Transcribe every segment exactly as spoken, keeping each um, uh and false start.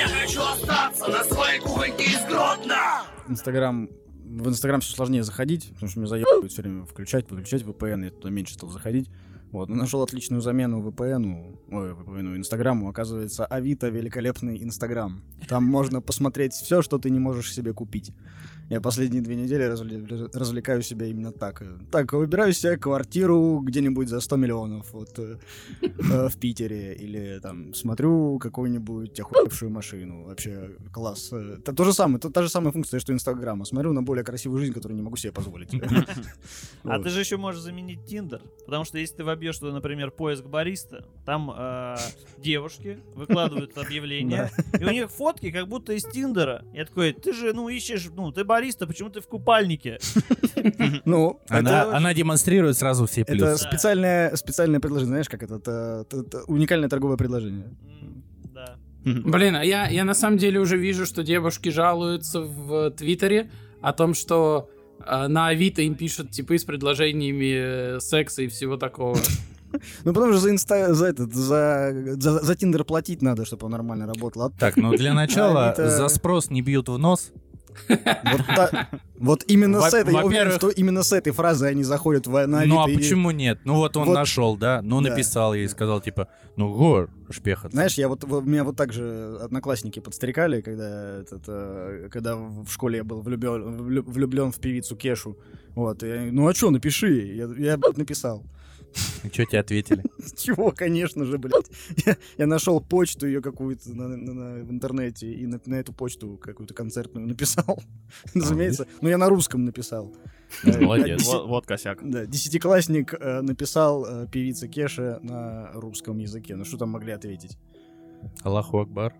Я хочу остаться на своей кухоньке из Гродно. Инстаграм... В Инстаграм все сложнее заходить, потому что меня заебывают все время включать, выключать ви пи эн, я туда меньше стал заходить. Вот, но нашел отличную замену ви пи эн, ой, ви пи эн, Инстаграму, оказывается, Авито — великолепный Инстаграм. Там можно посмотреть все, что ты не можешь себе купить. Я последние две недели развле- развлекаю себя именно так. Так, выбираю себе квартиру где-нибудь за сто миллионов вот, э, э, в Питере, или там смотрю какую-нибудь охуевшую машину. Вообще класс. Это то же самое, это та же самая функция, что Инстаграма. Смотрю на более красивую жизнь, которую не могу себе позволить. А ты же еще можешь заменить Тиндер, потому что если ты вобьешь туда, например, поиск бариста, там э, девушки выкладывают объявления, и у них фотки как будто из Тиндера. Я такой, ты же, ну, ищешь, ну, ты бариста, почему ты в купальнике? Ну, Она, это, она демонстрирует сразу все это плюсы. специальное, специальное предложение, знаешь, как это, это, это, это уникальное торговое предложение. М, Да. Блин, а я, я на самом деле уже вижу, что девушки жалуются в Твиттере о том, что э, на Авито им пишут типы с предложениями э, секса и всего такого. Ну, потому что за инста, за этот, за, за, за Тиндер платить надо, чтобы он нормально работал. А Так, ну для начала Они-то- за спрос не бьют в нос. Вот, та- вот именно Во- с этой, я уверен, во-первых- что именно с этой фразы они заходят в на Ну а Авито и- почему нет? Ну вот он Вот- нашел, да? Ну Да. написал ей и сказал, типа, ну гор, шпеха. Знаешь, я вот, вот- меня вот так же одноклассники подстрекали, когда, этот, э, когда в школе я был влюблен, влю- влюблен в певицу Кешу. Вот, и я, ну а что, напиши. Я, я блядь, написал. И что тебе ответили? Чего, конечно же, блядь. Я, я нашел почту ее какую-то на, на- на- в интернете и на, на эту почту какую-то концертную написал. Разумеется. Ну, я на русском написал. Э, Молодец. деси- Вот, вот косяк. Да, десятиклассник э, написал э, певице Кеше на русском языке. Ну, что там могли ответить? Аллаху Акбар.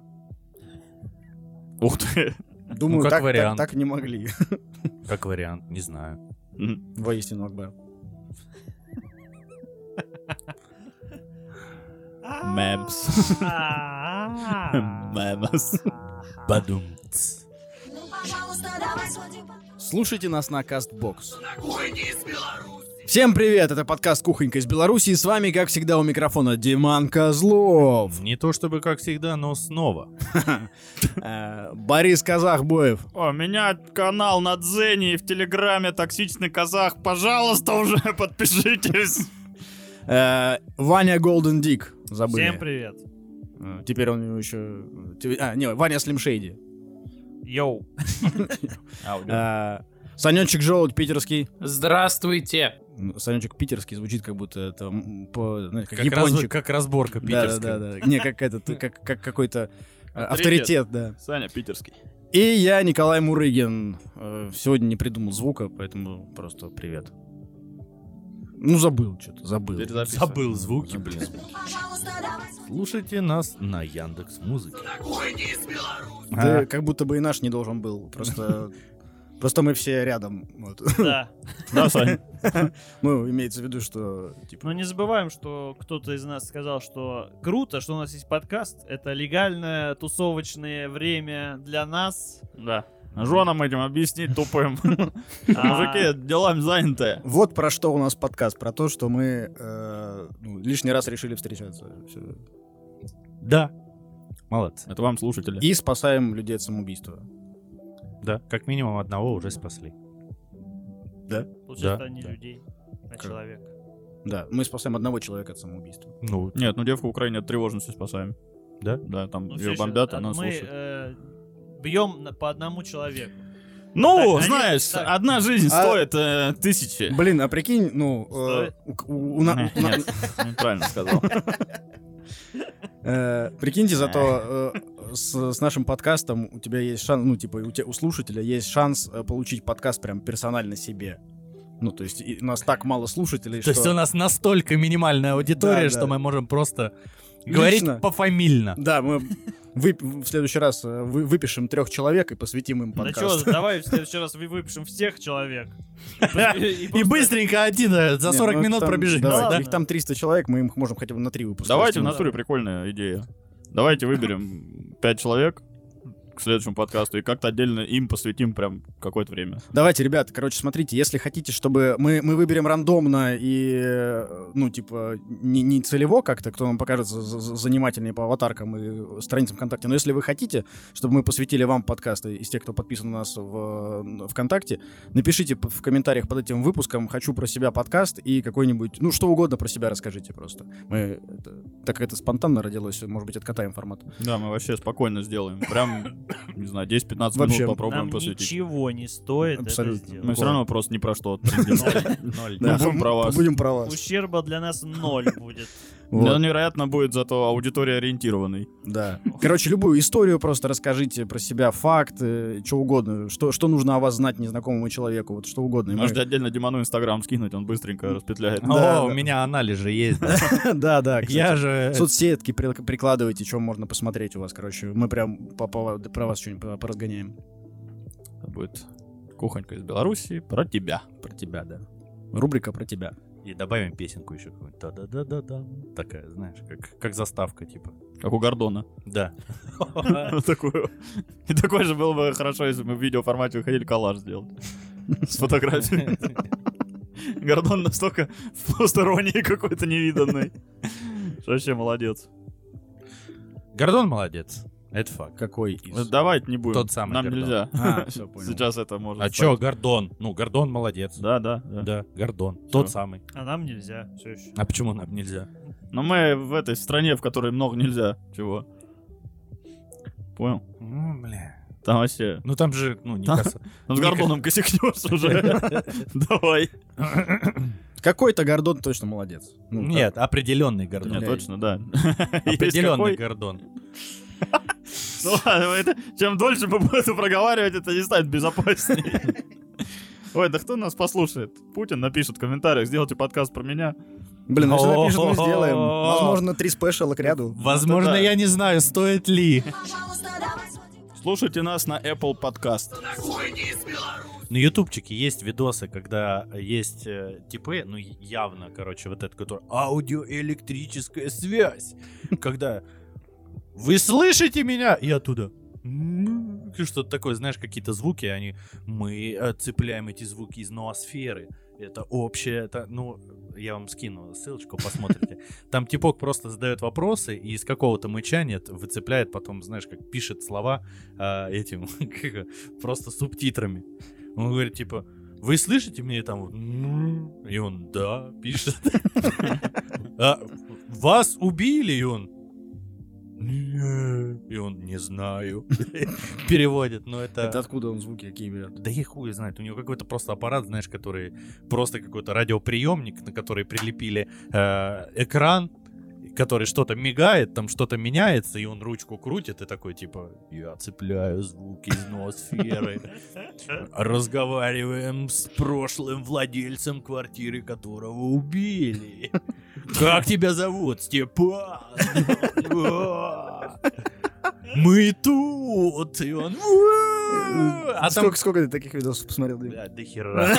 Ух ты. Думаю, Ну, как так, так- вариант. так не могли. Как вариант, не знаю. Воистину, Акбар. Мемс. Мемс. Бадум. Слушайте нас на Кастбокс. На кухоньке из Беларуси. Всем привет, это подкаст «Кухонька из Беларуси», и с вами, как всегда, у микрофона Диман Козлов. Не то чтобы как всегда, но снова. Э, Борис Казахбоев. О, меня канал на Дзене и в Телеграме «Токсичный казах». Пожалуйста, уже подпишитесь. Э, Ваня Голден Дик. Забыли. Всем привет. Э, Теперь он у него еще... А, не, Ваня Слим Шейди. Йоу. Э, Санечек Желудь питерский. Здравствуйте. Ну, Санечек питерский звучит как будто это м, по, знаете, как, Как, япончик. раз- как разборка Да, питерская. да, да, да. Не, как этот, как, как какой-то э, авторитет, да. Саня Питерский. И я, Николай Мурыгин. Э, Сегодня не придумал звука, поэтому просто привет. Ну, забыл что-то, забыл. Забыл звуки, Забыл блин. звуки. Слушайте нас на Яндекс.Музыке. На кухоньке из Беларуси. Да, как будто бы и наш не должен был. Просто, просто мы все рядом. Вот. Да. Да, Сань? Ну, имеется в виду, что типа. Но не забываем, что кто-то из нас сказал, что круто, что у нас есть подкаст. Это легальное тусовочное время для нас. Да. Женам этим объяснить тупым. А, Мужики делами заняты. Вот про что у нас подкаст, про то, что мы э, ну, лишний раз решили встречаться. Всё. Да. Молодцы. Это вам, слушатели. И спасаем людей от самоубийства. Да, как минимум одного уже спасли. Получается, Да, не да. людей, а человек. Да, мы спасаем одного человека от самоубийства. Ну, Нет, ну девку в Украине от тревожности спасаем. да? Да, там Ну, ее слушай, бомбят, а она мы слушает. э, бьем на- по одному человеку. Ну, так, знаешь, так. одна жизнь А- стоит э, тысячи. Блин, а прикинь, ну, э, Стоит? у, у- у на- у на- Нет, неправильно сказал. э, прикиньте, зато э, с, с нашим подкастом у тебя есть шанс, ну, типа, у, тебя, у слушателя есть шанс э, получить подкаст прям персонально себе. Ну, то есть и у нас так мало слушателей, То что... есть у нас настолько минимальная аудитория, Да, что да. мы можем просто Лично. говорить пофамильно. Да, мы вып- в следующий раз э, вы- выпишем трех человек и посвятим им Да подкаст. что, давай в следующий раз вы- выпишем всех человек. И быстренько один э, за Не, сорок ну, минут там- пробежим. давай, да? Их там триста человек, мы им можем хотя бы на три выпуска. Давайте в растянуть. натуре прикольная идея. Давайте выберем пять человек к следующему подкасту, и как-то отдельно им посвятим прям какое-то время. Давайте, ребята, короче, смотрите, если хотите, чтобы мы, мы выберем рандомно и, э, ну, типа, не, не целево как-то, кто нам покажется за- за- занимательнее по аватаркам и страницам ВКонтакте, но если вы хотите, чтобы мы посвятили вам подкасты из тех, кто подписан у нас в ВКонтакте, напишите п- в комментариях под этим выпуском «Хочу про себя подкаст» и какой-нибудь, ну, что угодно про себя расскажите просто. Мы, это, так как это спонтанно родилось, может быть, откатаем формат. Да, мы вообще спокойно сделаем. Прям, не знаю, десять-пятнадцать Вообще. минут попробуем Нам посвятить. ничего не стоит Абсолютно. это сделать. Мы все равно просто ни про что трендим. Ноль. Мы будем про вас. Будем про вас. Ущерба для нас ноль будет. Вот. Он, вероятно, будет зато аудитория ориентированный. Да. Короче, любую историю просто расскажите про себя, факт, э, что угодно. Что, что нужно о вас знать незнакомому человеку, вот что угодно. И мы- Можете отдельно Диману Инстаграм скинуть, он быстренько распетляет. Да, О, у да. меня анализ же есть. да. Да, да. кстати. Я же... Соцсетки при- прикладывайте, что можно посмотреть у вас, короче. Мы прям по- по- про вас что-нибудь по- поразгоняем. Это будет кухонька из Беларуси про тебя. Про тебя, да. Рубрика про тебя. И добавим песенку еще какую-нибудь. Да-да-да-да-да. Такая, знаешь, как, как заставка, типа. Как у Гордона. Да. Вот такую. И такой же было бы хорошо, если мы в видеоформате выходили коллаж сделать. С фотографией. Гордон настолько в посторонней какой-то невиданный. Что вообще молодец. Гордон молодец. Это факт. Какой из? Давайте не будем. Тот самый Нам Гордон. нельзя. А, все, понял. Сейчас это может А стать. чё, Гордон? Ну, Гордон молодец. Да, да, да. Да, Гордон. Тот самый. А нам нельзя. Все еще. А почему нам нельзя? Но мы в этой стране, в которой много нельзя. Чего? Понял? Ну, бля. Там вообще... Ну, там же, ну, не Там- каса- Ну, с не Гордоном косякнешь уже. Давай. Какой-то Гордон точно молодец. Ну, Нет, определенный Гордон. Нет, Бля. точно, да. Есть Определенный какой? Гордон. Ну ладно, это- чем дольше мы будем это проговаривать, это не станет безопаснее. Ой, да кто нас послушает? Путин напишет в комментариях, сделайте подкаст про меня. Блин, ну если напишут, мы сделаем. О-о-о. Возможно, три спешала к ряду. Возможно, да. я не знаю, стоит ли. Слушайте нас на Apple Podcast. На кухоньке из Беларуси. На ютубчике есть видосы, когда есть э, типы, ну явно, короче, вот это, который аудиоэлектрическая связь. Когда вы слышите меня? И оттуда. «М-м-м», Что-то такое, знаешь, какие-то звуки, они... Мы э, цепляем эти звуки из ноосферы. Это общее, это, ну, я вам скину ссылочку, посмотрите. Там типок просто задает вопросы и из какого-то мычания т- выцепляет, потом, знаешь, как пишет слова а, этим, как, просто субтитрами. Он говорит, типа, вы слышите меня там? вот, «М-м». И он, да, пишет. «А, вас убили? И он, «Не». И он, не знаю. Переводит, но это... Это откуда он звуки какие берет? Да я хуй знает, у него какой-то просто аппарат, знаешь, который просто какой-то радиоприемник, на который прилепили э, экран, который что-то мигает, там что-то меняется, и он ручку крутит и такой типа: я цепляю звуки из ноосферы, разговариваем с прошлым владельцем квартиры, которого убили. Как тебя зовут? Степан. Мы тут. И он... А там... Сколько, сколько ты таких видосов посмотрел? Дим? Бля, до хера.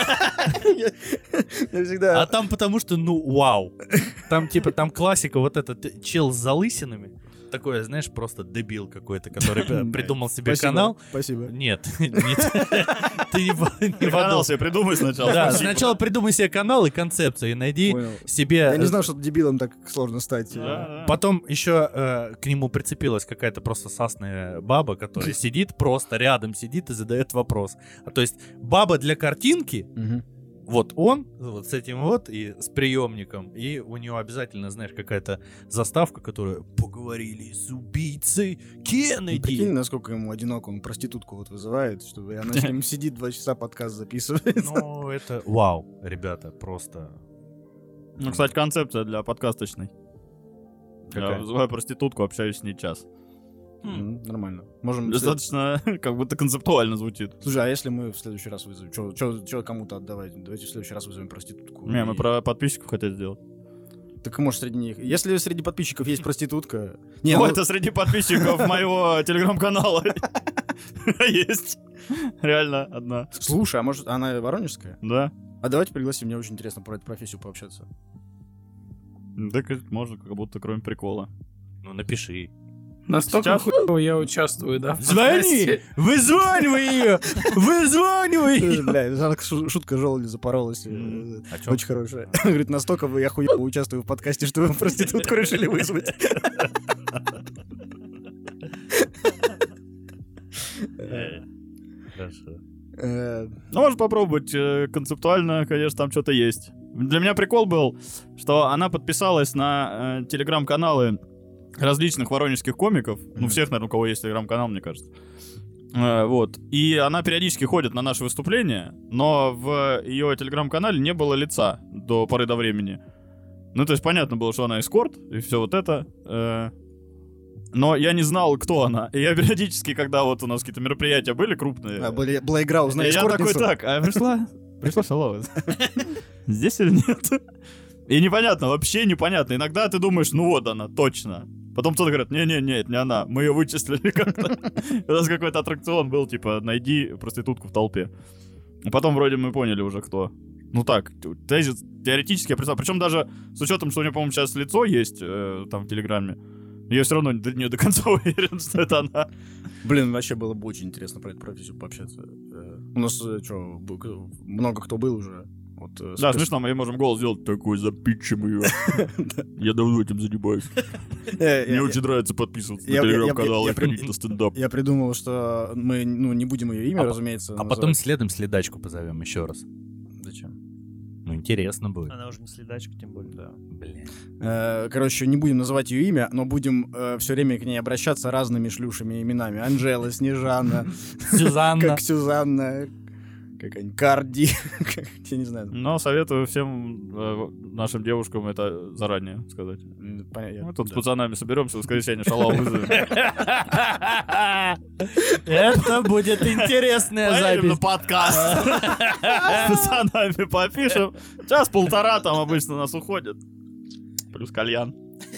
Я всегда... А там потому что, ну, вау. Там, типа, там классика, вот этот чел с залысинами. Такой, знаешь, просто дебил какой-то, который п- придумал себе Спасибо, канал. Спасибо. Нет, нет. Ты не в- не в Канал одном. себе придумай сначала. Да, Спасибо. сначала придумай себе канал и концепцию, и найди Понял. себе... Я не знал, что дебилом так сложно стать. Да, да. Потом еще э, к нему прицепилась какая-то просто сасная баба, которая сидит просто рядом, сидит и задает вопрос. А то есть баба для картинки, Мгм. вот он, вот с этим вот, и с приемником, и у него обязательно, знаешь, какая-то заставка, которая «Поговорили с убийцей Ну, Кеннеди». Прикинь, насколько ему одиноко, он проститутку вот вызывает, чтобы она с ним сидит два часа, подкаст записывает. Ну, это вау, ребята, просто... Ну, кстати, концепция для подкасточной. Я Какая? вызываю проститутку, общаюсь с ней час. М, Нормально. Можем... Достаточно, как будто концептуально звучит. Слушай, а если мы в следующий раз вызовем? Что кому-то отдавать? Давайте в следующий раз вызовем проститутку. Не, мы И- про подписчиков хотели сделать. Так может среди них... Если среди подписчиков есть проститутка... Не, Ну, ну, это среди подписчиков моего телеграм-канала. Есть. Реально, одна. Слушай, а может она воронежская? Да. А давайте пригласим, мне очень интересно про эту профессию пообщаться. Так можно, как будто кроме прикола. Ну, напиши. Настолько Сейчас- хуёво я участвую, да? в Звони! подкасте. Вызванивай ее! Вызванивай Слушай, ее! бля, жалко, шу- шутка желуди запоролась. э, М, о чём? Очень хорошая. Говорит, настолько вы охуенно участвую в подкасте, что вы проститутку решили вызвать. Хорошо. Э, Ну, можно попробовать. э, Концептуально, конечно, там что-то есть. Для меня прикол был, что она подписалась на э, телеграм-каналы различных воронежских комиков. Ну, всех, наверное, у кого есть телеграм-канал, мне кажется. Э, вот. И она периодически ходит на наши выступления, но в ее телеграм-канале не было лица до поры до времени. Ну, то есть понятно было, что она эскорт и все вот это. э, Но я не знал, кто она. И я периодически, когда вот у нас какие-то мероприятия были крупные, а, были- Была игра «Узнай я такой, эскортницу». так, а пришла? Пришла Шалава. Здесь или нет? И непонятно, вообще непонятно. Иногда ты думаешь, ну вот она, точно. Потом кто-то говорит, не-не-не, это не она, мы ее вычислили как-то. У нас какой-то аттракцион был, типа, найди проститутку в толпе. А потом вроде мы поняли уже, кто. Ну так, тезис, теоретически я представляю. Причем даже с учетом, что у нее, по-моему, сейчас лицо есть э, там в Телеграме, я все равно не, не до конца уверен, что это она. Блин, вообще было бы очень интересно про эту профессию пообщаться. Э, У нас, что, много кто был уже. Вот, э, Да, спец- смешно, мы можем голос сделать такой, запичем ее. Я давно этим занимаюсь. Э, Мне я- очень нравится подписываться я- на я- я- телеграм-канал я и при- ходить на стендап. Я придумал, что мы ну, не будем ее имя, А по- разумеется, А потом называть. следом следачку позовем еще раз. Зачем? Ну, интересно будет. Она уже не следачка, тем более. Да. Блин. Э, Короче, не будем называть ее имя, но будем все время к ней обращаться разными шлюшими именами. Анжела, Снежана, Сюзанна. как Сюзанна, какая-нибудь Карди, как- я не знаю. Но советую всем э, нашим девушкам это заранее сказать. М, понятно, Мы тут с да. пацанами соберемся, в воскресенье шалаву вызовем. Это будет интересная Поедем на запись. подкаст. С пацанами попишем. Час-полтора там обычно нас уходит. Плюс кальян.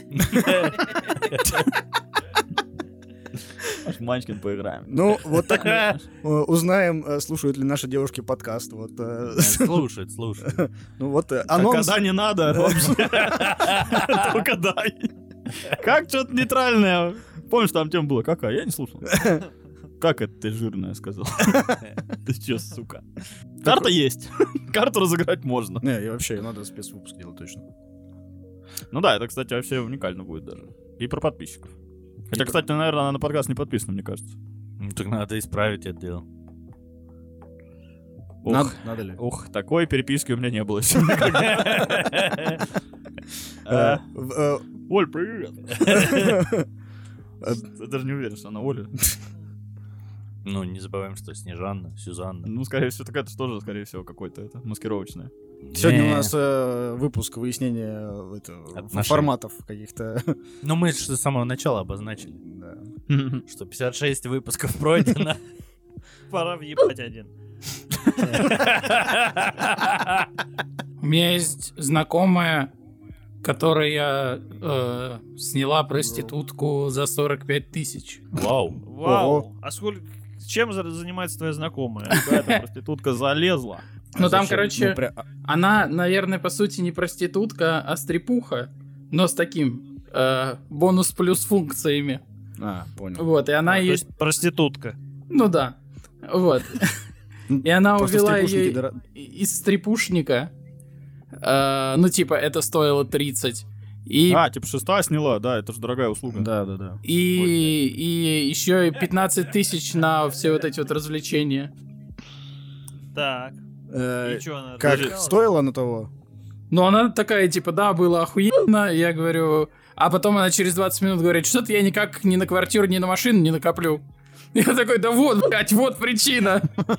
Может, Манчкин поиграем. Ну, вот так мы э, узнаем, э, слушают ли наши девушки подкаст. Вот, э, Слушает, слушает. ну вот э, А анонс. когда не надо, вообще. Только дай. Как что-то нейтральное. Помнишь, там тема была? Какая? Я не слушал. Как это ты жирная сказал? Ты чё, сука? Карта есть. Карту разыграть можно. Не, и вообще, надо спецвыпуск делать точно. Ну да, это, кстати, вообще уникально будет даже. И про подписчиков. Хотя, кстати, наверное, она на подкаст не подписана, мне кажется. Ну, так надо исправить это дело. Ох, Надо, надо ли? ох, такой переписки у меня не было еще никогда. Э, Э, в- э, Оль, привет. Я даже не уверен, что она Оля. Ну, не забываем, что Снежанна, Сюзанна. Ну, скорее всего, так это же тоже, скорее всего, какой-то это маскировочное. Сегодня Не. у нас э, выпуск выяснения э, это, Отношений. форматов каких-то. Ну, мы же с самого начала обозначили, Да. что пятьдесят шесть выпусков пройдено. Пора въебать один. У меня есть знакомая, которая э, сняла проститутку за сорок пять тысяч. Вау. Вау. А сколько... Чем за- занимается твоя знакомая? Какая-то проститутка залезла. Ну там, Зачем? короче, Ну, пря- а, она, наверное, по сути не проститутка, а стрипуха, но с таким э, бонус плюс функциями. А, понял. Вот, и она А, то ее... есть проститутка. Ну да. Вот. И она Просто увела стрипушники ее дора- из стрипушника. Э, ну, типа, это стоило тридцать. И, А, типа шестая сняла, да, это же дорогая услуга. Да, да, да. и, и еще и пятнадцать тысяч на все вот эти вот развлечения. Так. Э, И чё она Как разыгралась? стоило на того? Но она такая, типа, да, было охуенно. Я говорю... А потом она через двадцать минут говорит, что-то я никак ни на квартиру, ни на машину не накоплю. Я такой, да вот, блядь, вот причина.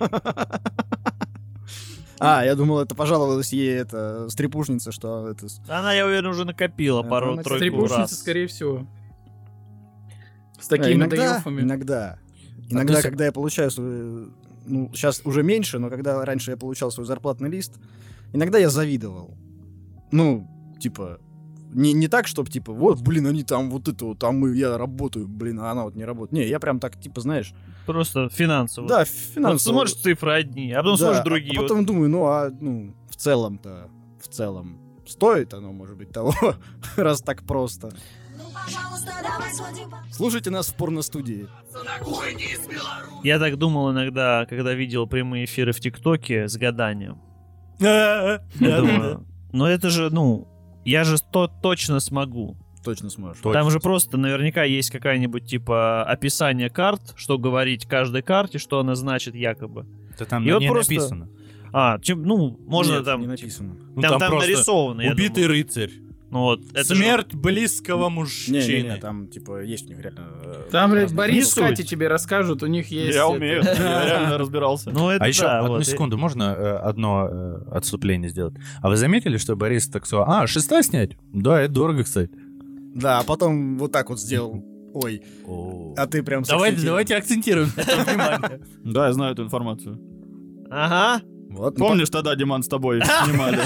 А, я думал, это пожаловалась ей эта стрипушница, что это... с- Она, я уверен, уже накопила Да, пару она тройку Стрипушница, раз. скорее всего. С А, такими иногда, доёфами. иногда. Иногда, ты с- когда я получаю свой... Ну, сейчас уже меньше, но когда раньше я получал свой зарплатный лист, иногда я завидовал. Ну, типа... Не, не так, чтобы, типа, вот, блин, они там вот это вот, там мы, я работаю, блин, а она вот не работает. Не, я прям так, типа, знаешь... Просто финансово. Да, Вот финансово. смотришь цифры одни, а потом Да, смотришь другие. А потом думаю, ну, а, ну, в целом-то, в целом, стоит оно, может быть, того, раз так просто. Слушайте нас в порностудии. На кухне из Беларуси. Я так думал иногда, когда видел прямые эфиры в ТикТоке с гаданием. Я думаю, ну это же, ну, я же то точно смогу. Точно сможешь. Там же просто наверняка есть какая-нибудь типа описание карт, что говорить каждой карте, что она значит якобы. Это там И вот не просто- написано. А, чем, ну, можно Нет, там... не написано. Ну, там, там просто нарисовано, я убитый думаю. рыцарь. Ну вот, это же- Смерть близкого мужчины. Не-не-не, там, типа, есть у них реально... э, Там, блядь, разные Борис с суть. Катей тебе расскажут, у них есть... Я это- умею, я реально разбирался. Ну, это А еще да, одну вот. секунду, можно э, одно э, отступление сделать? А вы заметили, что Борис так сказал, а, шеста снять? Да, это дорого, кстати. Да, а потом вот так вот сделал. Ой, а ты прям... Давайте, сакцентировал. давайте акцентируем это внимание. Да, я знаю эту информацию. Ага. Вот, ну, Помнишь, тогда, Диман, с тобой снимали?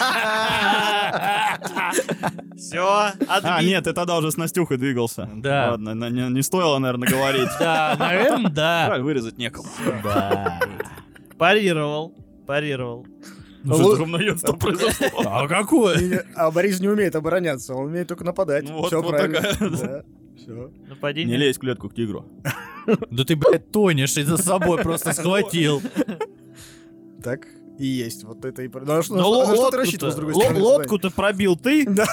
Все, А, нет, ты тогда уже с Настюхой двигался. Да. Ладно, на- не не стоило, наверное, говорить. Да, наверное, да. Жаль, вырезать некому. Да. парировал, парировал. Ну что за говноедство произошло? А какое? не- А Борис не умеет обороняться, он умеет только нападать. Ну вот- Все вот правильно. такая. Да, всё. Не Нападение. лезь в клетку к тигру. Да ты, блядь, тонешь и за собой просто схватил. Так и есть. Вот это и... Ну, а что, Ну, на что- на что ты лодку-то- рассчитывал, с другой ло- стороны? лодку-то пробил ты? Да.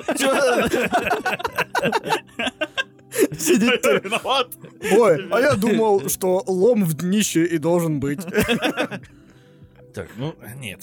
Сидит ты. Виноват. Ой, а я думал, что лом в днище и должен быть. Так, ну, нет.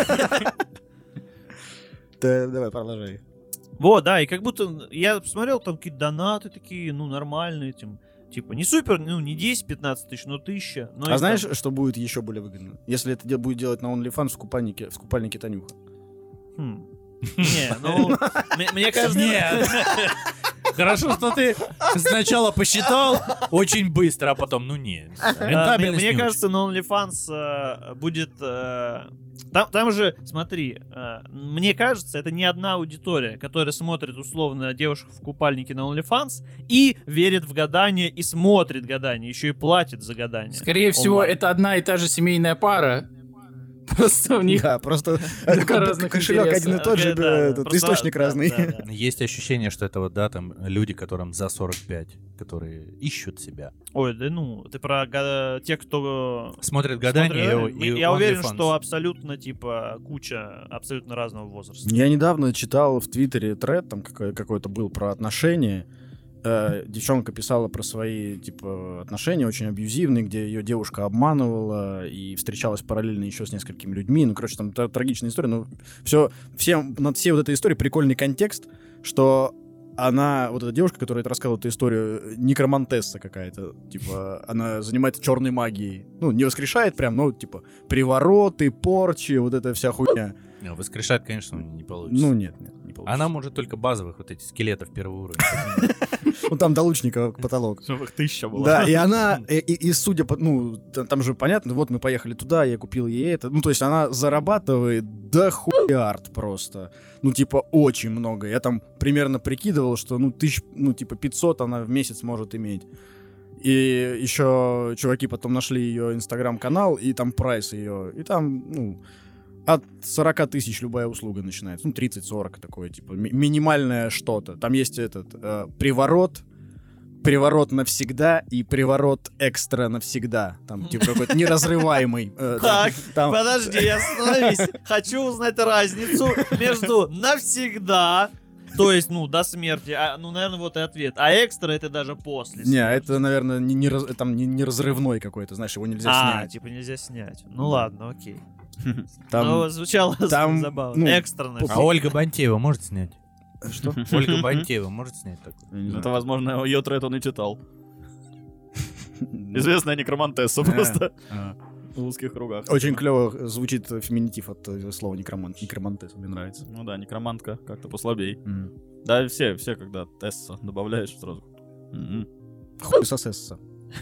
Да, давай, продолжай. Вот, да, и как будто я посмотрел, там какие-то донаты такие, ну, нормальные, этим, типа, не супер, ну, не десять-пятнадцать тысяч, но тысяча. Но и А знаешь, там- что будет еще более выгодно? Если это де- будет делать на OnlyFans в купальнике, в купальнике Танюха. Хм. Не, ну, мне- мне кажется... Нет. Хорошо, что ты сначала посчитал очень быстро, а потом, ну нет. А, Мне, Рентабельность мне не кажется, на OnlyFans э, будет... э, там, там же, смотри, э, мне кажется, это не одна аудитория, которая смотрит условно девушек в купальнике на OnlyFans и верит в гадание и смотрит гадание, еще и платит за гадание. Скорее всего, Онлайн. это одна и та же семейная пара. Просто у них... Да, просто Только разных кошелек интересов. один и тот же, Да, да, да, этот просто- источник да, разный. да, да. нужно. Есть ощущение, что это вот, да, там люди, которым за сорок пять, которые ищут себя. Ой, да ну, ты про га- тех, кто... Смотрят гадание смотрит, и, и Я уверен, OnlyFans. что абсолютно, типа, куча абсолютно разного возраста. Я недавно читал в Твиттере тред, там какой- какой-то был про отношения. Э, девчонка писала про свои, типа, отношения очень абьюзивные, где ее девушка обманывала и встречалась параллельно еще с несколькими людьми. Ну, короче, там та- трагичная история. Но все, всем, над всей вот этой историей прикольный контекст, что она, вот эта девушка, которая это рассказывала эту историю, некромантесса какая-то. Типа, она занимается черной магией. Ну, не воскрешает прям, но, типа, привороты, порчи, вот эта вся хуйня. Не, воскрешать, конечно, не получится. Ну, нет, нет, не получится. Она может только базовых вот этих скелетов первого уровня. Ну, там до лучника потолок. Чтобы их тысяча была. Да, и она, и, и- и судя по, ну, та- там же понятно, вот мы поехали туда, я купил ей это. Ну, то есть она зарабатывает до хуярд просто. Ну, типа, очень много. Я там примерно прикидывал, что, ну, тысяч, ну, типа, пятьсот она в месяц может иметь. И еще чуваки потом нашли ее инстаграм-канал, и там прайс ее. И там, ну, от сорок тысяч любая услуга начинается. Ну, тридцать-сорок такое, типа, ми- минимальное что-то. Там есть этот э, приворот, приворот навсегда и приворот экстра навсегда. Там, типа, какой-то неразрываемый. э, там- Так, там- подожди, остановись. Хочу узнать разницу между навсегда, то есть, ну, до смерти, а, ну, наверное, вот и ответ. А экстра это даже после Не, смерти. это, наверное, не, не раз- там не, не разрывной какой-то, знаешь, его нельзя А, снять. типа нельзя снять. Ну ладно, окей. Там, Ну, звучало там, забавно. ну, Экстра навсегда. А Ольга Бантеева может снять? что? Ольга Бантеева может снять такое? Я не знаю. Это, возможно, ее тред он и читал. Известная некромантесса просто А. в узких кругах. Очень клево звучит феминитив от э, слова некромант. Некромантесса, мне нравится. Ну да, некромантка как-то послабей. М. Да, все, все, когда тесса добавляешь сразу. М-м. Хуй сосесса.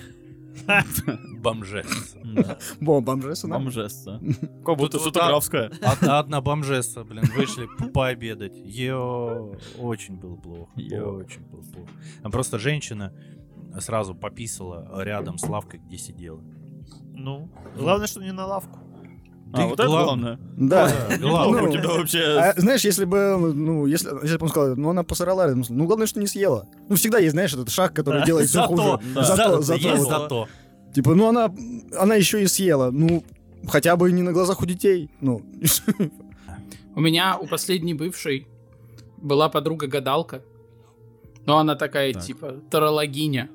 Бомжесса. Да. Бо, бомжесса, да? Бомжесса. Как будто Тут вот сутографская. Одна, одна бомжесса, блин, вышли по- пообедать. Йо, очень было плохо. Йо. Очень было плохо. Там просто женщина сразу пописала рядом с лавкой, где сидела. Ну, главное, что не на лавку. А, вот это главное. Да. Главное, Ну, у тебя вообще... а, знаешь, если бы, ну, если, если бы он сказал, ну, она посрала, ну, главное, что не съела. Ну, всегда есть, знаешь, этот шаг, который Да. делает все Зато, хуже. да. Зато, зато, зато. есть вот. зато. Типа, ну, она, она еще и съела. Ну, хотя бы не на глазах у детей. Ну, У меня у последней бывшей была подруга-гадалка. Но она такая, Так. типа, тарологиня.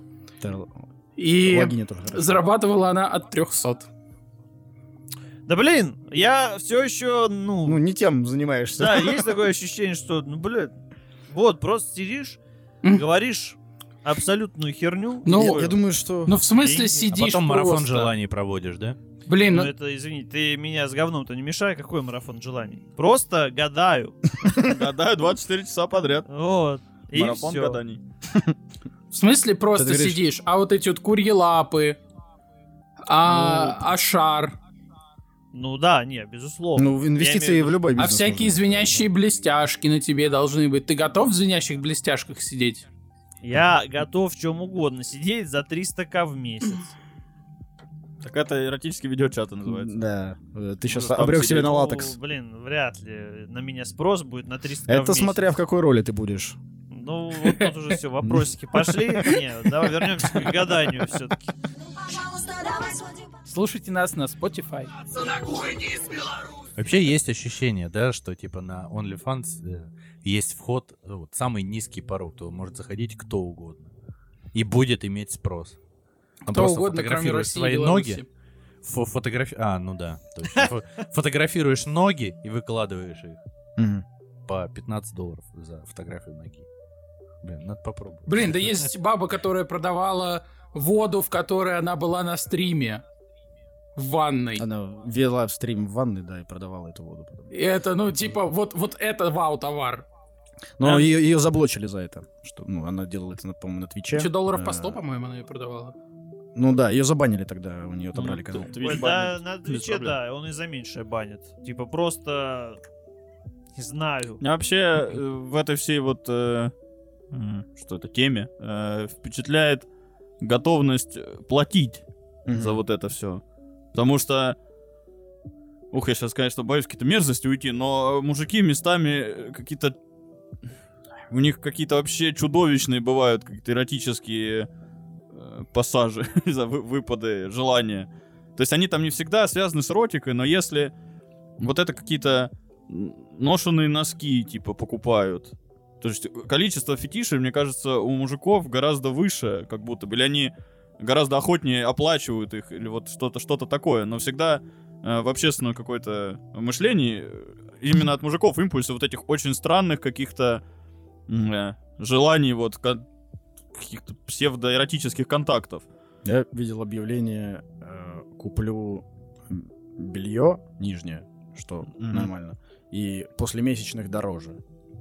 И Логиня тоже хорошо. зарабатывала она от трехсот. Да блин, я все еще, ну, Ну, не тем занимаешься. да, есть такое ощущение, что, ну, блин, вот, просто сидишь, М. говоришь абсолютную херню. Ну, Я, я думаю, что... Ну, в смысле, Деньги. А сидишь потом марафон просто. желаний проводишь, да? Блин, Ну, ну, это, извини, ты меня с говном-то не мешай, какой марафон желаний? Просто гадаю. Гадаю двадцать четыре часа подряд. Вот. И Марафон всё. гаданий. в смысле просто Ты говоришь- сидишь, а вот эти вот курьи лапы, а, а шар, Ну да, не, безусловно. Ну, инвестиции Я имею в в любой а бизнес. всякие нужны. звенящие блестяшки на тебе должны быть. Ты готов в звенящих блестяшках сидеть? Я готов в чем угодно сидеть за триста тысяч в месяц. Так это эротический видеочат называется. Да. Э, Ты сейчас Ну, там обрек сидеть. себе на Ну, латекс. блин, вряд ли на меня спрос будет на триста тысяч в Это месяц. смотря в какой роли ты будешь. Ну, вот тут уже все, вопросики пошли. Не, давай вернемся к гаданию все-таки. Слушайте нас на Spotify. Вообще есть ощущение, да, что типа на OnlyFans э, есть вход, э, вот, самый низкий порог, то может заходить кто угодно. И будет иметь спрос. Он Кто просто угодно, кроме фотографирует России и свои Беларуси. ноги, фо- фотографи... А, ну да, точно. Фо- Фотографируешь ноги и выкладываешь их Мгм. по пятнадцать долларов за фотографию ноги. Блин, надо попробовать. Блин, да есть баба, которая продавала воду, в которой она была на стриме. В ванной. Она вела в стрим в ванной, да, и продавала эту воду потом. И это, ну, типа, вот, вот это вау-товар. Но А- ее, ее заблочили за это. Что, ну, она делала это, на- по-моему, на Твиче. Че, долларов по Э, сто, по-моему, она ее продавала. Ну да, ее забанили тогда, у нее отобрали Ну, канал. т- Twitch Ой, да, банит на без Твиче, проблем. да, он и за меньшее банит. Типа просто... Не знаю. Меня вообще э, в этой всей вот, э, м, что это, теме э, впечатляет готовность э, платить Мгм. за вот это все. Потому что, ух, я сейчас, конечно, боюсь какие-то мерзости уйти, но мужики местами какие-то, у них какие-то вообще чудовищные бывают какие-то эротические э, пассажи, за вы- выпады, желания. То есть они там не всегда связаны с эротикой, но если вот это какие-то н- ношеные носки, типа, покупают. То есть количество фетишей, мне кажется, у мужиков гораздо выше, как будто бы. Или они гораздо охотнее оплачивают их, или вот что-то что-то такое. Но всегда э, в общественном какое-то мышлении э, именно от мужиков импульсы вот этих очень странных каких-то м, э, желаний, вот кон- каких-то псевдоэротических контактов. Я видел объявление, э, куплю м, белье нижнее, что Мгм. нормально, и после месячных дороже.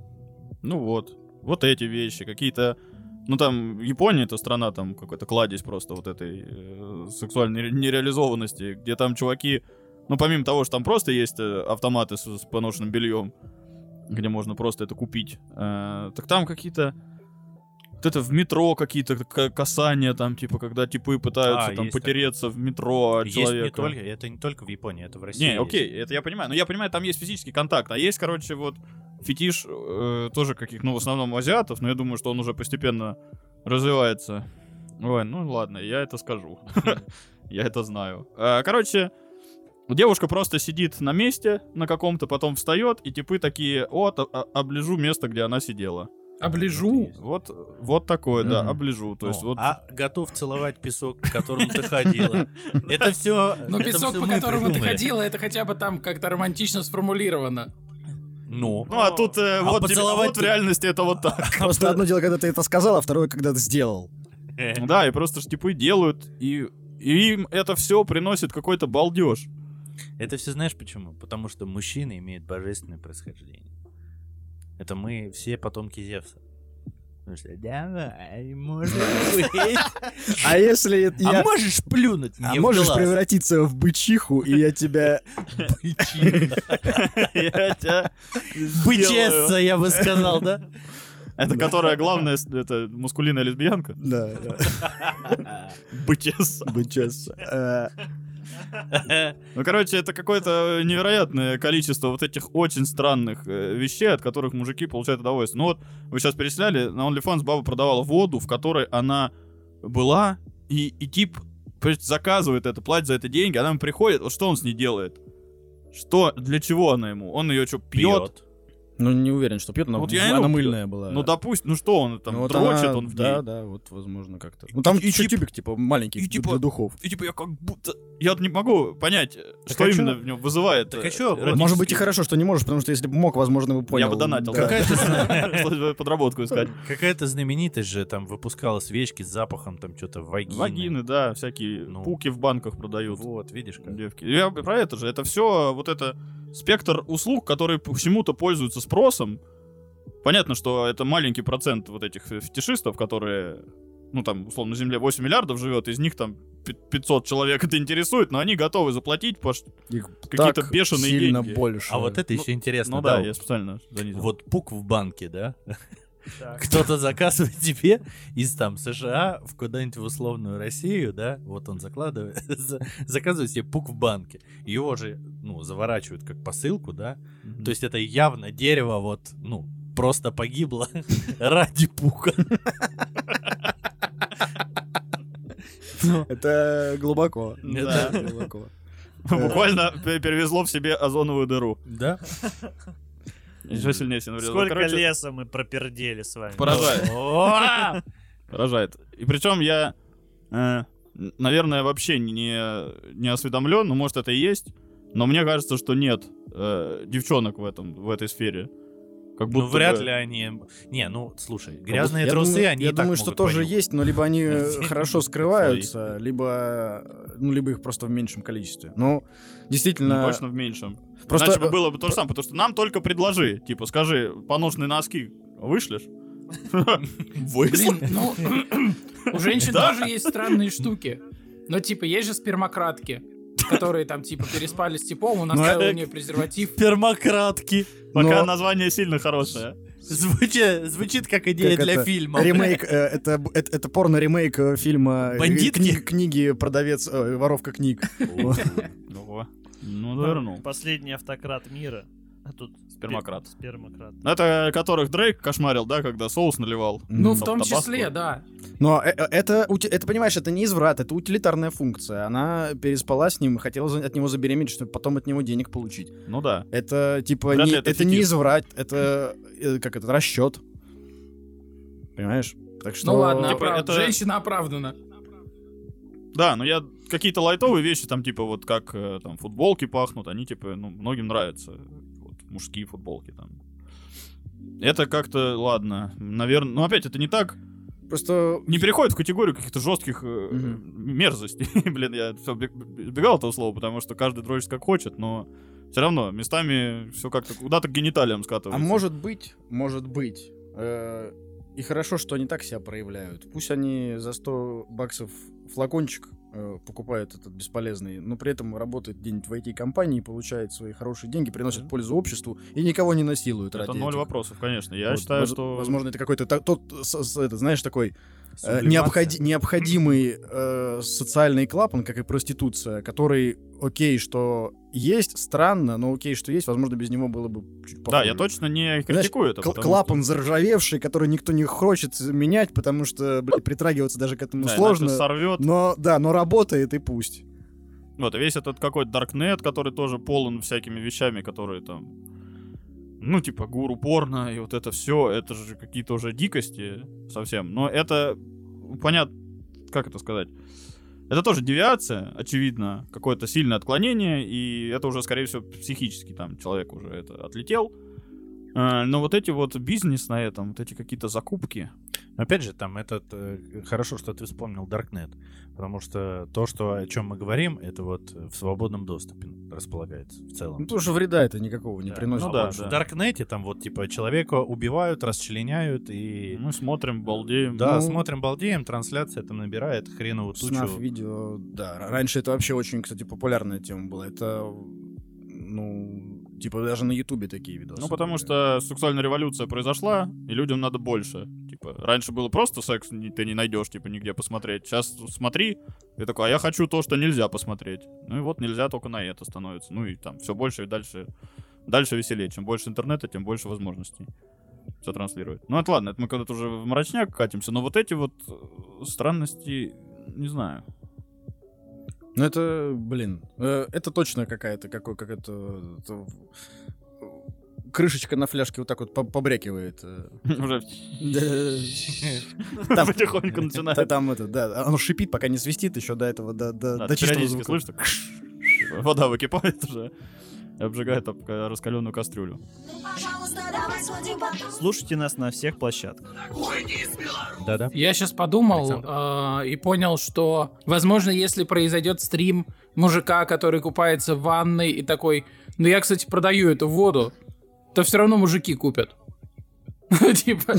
Ну вот. Вот эти вещи. Какие-то... Ну там, Япония — это страна, там какой-то кладезь просто вот этой э, сексуальной ре- нереализованности, где там чуваки... Ну помимо того, что там просто есть э, автоматы с, с поношенным бельем, где можно просто это купить, э, так там какие-то... Вот это в метро какие-то к- касания там, типа, когда типы пытаются А, там есть потереться в метро от Есть человека. не только, это не только в Японии, это в России. Не, есть. окей, это я понимаю. Но я понимаю, там есть физический контакт. А есть, короче, вот фетиш э, тоже каких, ну, в основном азиатов, но я думаю, что он уже постепенно развивается. Ой, ну ладно, я это скажу. Я это знаю. А, Короче, девушка просто сидит на месте на каком-то, потом встает, и типы такие: вот, а- а- оближу место, где она сидела. Оближу. Вот, вот такое, да, Мгм. оближу. То есть О, вот... А готов целовать песок, по которому ты ходила. Это все. Но песок, по которому ты ходила, это хотя бы там как-то романтично сформулировано. Ну. Ну, а тут э, А вот, тебе- поцеловать вот в ты- реальности это вот так. Просто одно дело, когда ты это сказал, а второе, когда ты сделал. Да, и просто ж типы делают, и, и им это все приносит какой-то балдеж. Это все знаешь почему? Потому что мужчины имеют божественное происхождение. Это мы все потомки Зевса. Потому что давай, может быть. А если А я... можешь плюнуть А мне в можешь глаз? превратиться в бычиху, и я тебя... Я тебя Бычесса, сделаю. я бы сказал, да? Это которая главная, с- это мускулинная лесбиянка. Да, да. Бычесса. Бычесса. Э, Ну, короче, это какое-то невероятное количество вот этих очень странных э, вещей, от которых мужики получают удовольствие. Ну вот, вы сейчас перечисляли, на OnlyFans баба продавала воду, в которой она была, и, и тип заказывает это, платит за это деньги, она ему приходит, вот что он с ней делает? Что, для чего она ему? Он ее что, пьет? Ну, не уверен, что пьет, но Вот я она его мыльная пью. была. Ну, допустим, ну что он там, Ну, вот дрочит она- он в ней? Да, да, вот, возможно, как-то. Ну, там и еще тип- тюбик, типа, маленький, и для типа- духов. И типа я как будто... Я вот не могу понять, что а именно чё? в нем вызывает. Так э, а чё? Вот эротический- Может быть, и хорошо, что не можешь, потому что если бы мог, возможно, бы понял. Я бы донатил. Да. Какая-то зна- Пришлось бы подработку искать. Какая-то знаменитость же там выпускала свечки с запахом там что-то вагины. Вагины, да, всякие Ну. пуки в банках продают. Вот, видишь как. Девки. Я про это же. Это все вот это спектр услуг, которые почему-то пользуются спросом. Понятно, что это маленький процент вот этих фетишистов, которые, ну там, условно, на Земле восемь миллиардов живет, из них там пи- пятьсот человек это интересует, но они готовы заплатить по ш- Их какие-то так бешеные сильно деньги. больше. А вот это Ну, еще интересно. Ну да, я специально занизил. Вот пук в банке, да? Так. Кто-то заказывает тебе из там США в куда-нибудь в условную Россию, да? Вот он закладывает, за- заказывает себе пук в банке. Его же, ну, заворачивают как посылку, да? Мгм. То есть это явно дерево вот, ну, просто погибло ради пука. Это глубоко. Да. Глубоко. Буквально пе- перевезло в себе озоновую дыру. Да? Еще сильнее себе навредило. Сколько Короче, леса мы пропердели с вами. Поражает. О! Поражает. И причем я, э, н- наверное, вообще не, не осведомлен, ну, может, это и есть, но мне кажется, что нет э, девчонок в этом, в этой сфере. Как будто Ну, вряд бы- ли они... Не, ну, слушай, грязные Я трусы, думаю- они Я и так думаю, что могут тоже понюхать. есть, но либо они э, хорошо скрываются, либо, ну, либо их просто в меньшем количестве. Ну, Ну, действительно... точно в меньшем. Просто... Иначе бы было бы то же самое, потому что нам только предложи. Типа, скажи, поношенные носки вышлешь? Вышлю. Блин, ну, у женщин тоже есть странные штуки. Но, типа, есть же спермократки, которые там, типа, переспали с типом, он оставил э, у нее презерватив. Пермократки. Пока Но- название сильно хорошее. Звучит, звучит как идея Как для это? фильма. Ремейк, э, это, б- это, это порно-ремейк э, фильма э, Бандитки? кни- книги «Продавец», э, «Воровка книг». Ого. Ну, навернул. Последний автократ мира. А тут Спермократ. спе- Спермократ. Это которых Дрейк кошмарил, да, когда соус наливал? Ну, в Таб- том табаско. числе, да. Но э- э, это, ути- это, понимаешь, это не изврат, это утилитарная функция. Она переспала с ним и хотела за- от него забеременеть, чтобы потом от него денег получить. Ну да. Это, типа, Вряд не, ли это это, не фетиш. изврат, это, э, как это, расчет. Понимаешь? Так что... Ну ладно, Типа, оправ- это- женщина оправдана. Да, но я какие-то лайтовые вещи, там, типа, вот как э, там футболки пахнут, они, типа, ну, многим нравятся. Вот, мужские футболки там. Это как-то, ладно, наверное... Ну, опять, это не так... Просто... Не переходит в категорию каких-то жестких э, Мгм. мерзостей. Блин, я все избегал этого слова, потому что каждый дрочит как хочет, но все равно местами все как-то куда-то к гениталиям А скатывается. может быть, может быть. э, и хорошо, что они так себя проявляют. Пусть они за сто баксов флакончик э, покупают этот бесполезный, но при этом работает где-нибудь в ай ти-компании, получает свои хорошие деньги, приносит Да. пользу обществу и никого не насилуют Это ради ноль этих. вопросов, конечно. Я Вот, считаю, воз- что... Возможно, это какой-то та- тот, с- с- это, знаешь, такой э, Сублимация. необходи- необходимый э, социальный клапан, как и проституция, который, окей, что есть, странно, но окей, что есть, возможно, без него было бы чуть Да, я похуже. точно не Знаешь, критикую это. Кл- потому клапан что- заржавевший, который никто не хочет менять, потому что, блядь, притрагиваться даже к этому Да, сложно. иначе сорвет. Но, да, но работает и пусть. Вот, и весь этот какой-то Darknet, который тоже полон всякими вещами, которые там... Ну, типа, гуру порно и вот это все, это же какие-то уже дикости совсем. Но это, понятно, как это сказать? Это тоже девиация, очевидно, какое-то сильное отклонение, и это уже, скорее всего, психически там человек уже это отлетел. А, Но вот эти вот бизнес на этом, вот эти какие-то закупки, Опять же, там этот... э, хорошо, что ты вспомнил Darknet, потому что то, что, о чем мы говорим, это вот в свободном доступе располагается в Ну, целом. потому что вреда это никакого не Да. приносит. Ну да, Вот в Даркнете там вот типа человека убивают, расчленяют и... мы смотрим, балдеем. Да, ну, смотрим, балдеем, трансляция там набирает хреновую тучу. Снаф видео, да. Раньше это вообще очень, кстати, популярная тема была. Это, ну, типа даже на Ютубе такие видосы. Ну, потому были. что сексуальная революция произошла, и людям надо больше. Типа, типа. Раньше было просто секс, не- ты не найдешь, типа, нигде посмотреть. Сейчас смотри, и такой, а я хочу то, что нельзя посмотреть. Ну и вот нельзя только на это становится. Ну и там все больше и дальше, дальше веселее. Чем больше интернета, тем больше возможностей все транслировать. Ну это ладно, это мы когда-то уже в мрачняк катимся, но вот эти вот э, странности, не знаю. Ну это, блин, э, это точно какая-то, какой, как это, это, э, крышечка на фляжке вот так вот по- побрякивает. э. Уже Там- потихоньку Та- начинает. Там это, да, оно шипит, пока не свистит еще до этого, до, до, Да, до ты чистого периодически звука. слышишь, так, типа, вода выкипает уже и обжигает об ка- раскаленную кастрюлю. Слушайте нас на всех площадках. Да-да. Я сейчас подумал Александр. э, и понял, что, возможно, если произойдет стрим мужика, который купается в ванной и такой, ну я, кстати, продаю эту воду, то все равно мужики купят. Типа,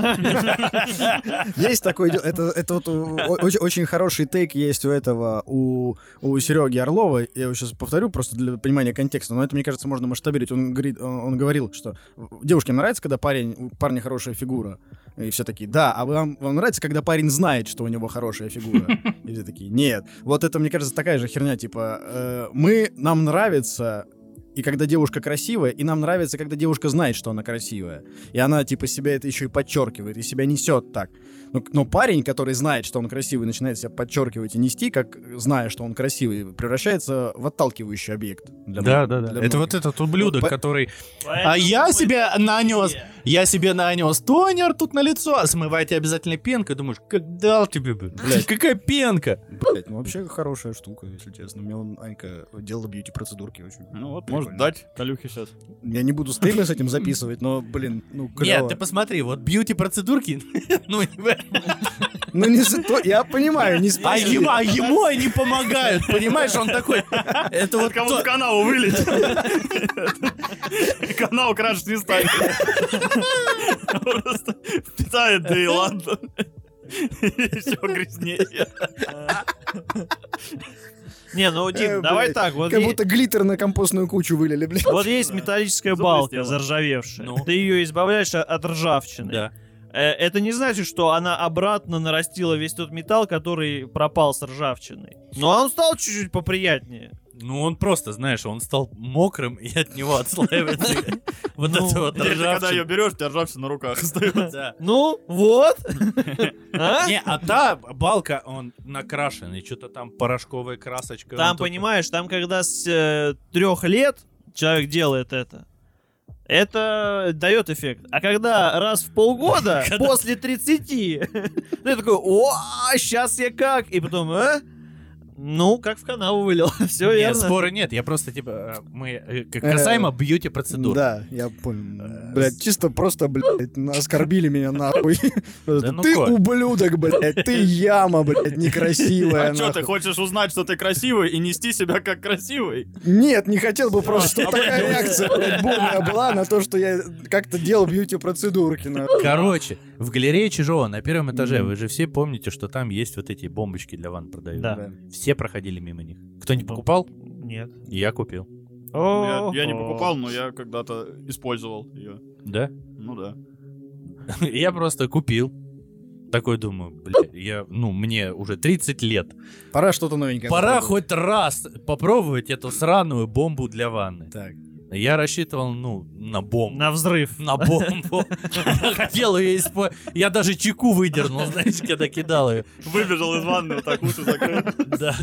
Есть такое дело, это, это вот о- очень, очень хороший тейк есть у этого, у, у Сереги Орлова, я его сейчас повторю просто для понимания контекста, но это, мне кажется, можно масштабировать. Он, говорит, он, он говорил, что девушке нравится, когда парень, у парня хорошая фигура, и все такие, да, а вам, вам нравится, когда парень знает, что у него хорошая фигура? И все такие, нет. Вот это, мне кажется, такая же херня, типа, э, мы, нам нравится... И когда девушка красивая, и нам нравится, когда девушка знает, что она красивая. И она, типа, себя это еще и подчеркивает, и себя несет так. Но, но парень, который знает, что он красивый, начинает себя подчеркивать и нести, как зная, что он красивый, превращается в отталкивающий объект. для Да, многих- да, да. для Это многих. вот этот ублюдок, Вот по- который... Поэтому А я мы- себе нанес, я себе нанес тонер тут на лицо, а смывайте обязательно пенкой. Думаешь, как дал тебе, блядь, какая пенка? Блядь, ну вообще хорошая штука, если честно. Мне он, Анька, делала бьюти-процедурки очень. Ну вот, прикольно. может дать Талюхе сейчас. Я не буду стримы с этим записывать, но, блин, ну, Нет, клево. ты посмотри, вот бьюти-процедурки, ну, Ну, не за то, я понимаю, не а спасибо. ему, а ему они помогают, понимаешь? Он такой, это вот Кому то- в канал вылетит. Канал крашить не станет. Просто впитает, да и ладно. И все грязнее. Не, ну, Дим, Э, давай блядь, так, вот Как е- будто глиттер на компостную кучу вылили, блядь. вот есть металлическая балка Заблестела. заржавевшая. Ну. Ты ее избавляешь о- от ржавчины. Да. Э, Это не значит, что она обратно нарастила весь тот металл, который пропал с ржавчиной. Но он стал чуть-чуть поприятнее. Ну, он просто, знаешь, он стал мокрым, и от него отслаивается вот Ну, это вот Теперь ты, когда ее ржавчина. берешь, у тебя ржавчина на руках остается. Да. Ну, вот. А? Не, а та балка, он накрашенный, что-то там порошковая красочка. Там, он тут- понимаешь, там когда с э, трех лет человек делает это, это дает эффект. А когда раз в полгода, после тридцати, ты такой, о, сейчас я как? И потом, а? Ну, как в канаву вылил. Все Нет, верно. спора нет, я просто, типа, э, мы э, к- касаемо бьюти-процедур. Да, я понял. Блядь, чисто просто, блядь, оскорбили меня нахуй. Просто, ну, Ты Коль. ублюдок, блядь, ты яма, блядь, некрасивая. А что, ты нахуй. хочешь узнать, что ты красивый и нести себя как красивый? Нет, не хотел бы просто, чтобы такая реакция, блядь, бурная была на то, что я как-то делал бьюти-процедурки. нахуй. Короче, в галерее Чижова на первом этаже, вы же все помните, что там есть вот эти бомбочки для ванн продают. Да. Все проходили мимо них. Кто не покупал? Нет. Я купил. Я, я не покупал, но я когда-то использовал ее. Да? Ну да. Я просто купил. Такой думаю, блядь, я, ну, мне уже тридцать лет. Пора что-то новенькое. Пора попробовать. хоть раз попробовать эту сраную бомбу для ванны. Так. Я рассчитывал, ну, на бомбу. На взрыв. На бомбу. Я хотел ее использовать. Я даже чеку выдернул, знаешь, когда кидал ее. Выбежал из ванны, вот так уши закрыл. Да.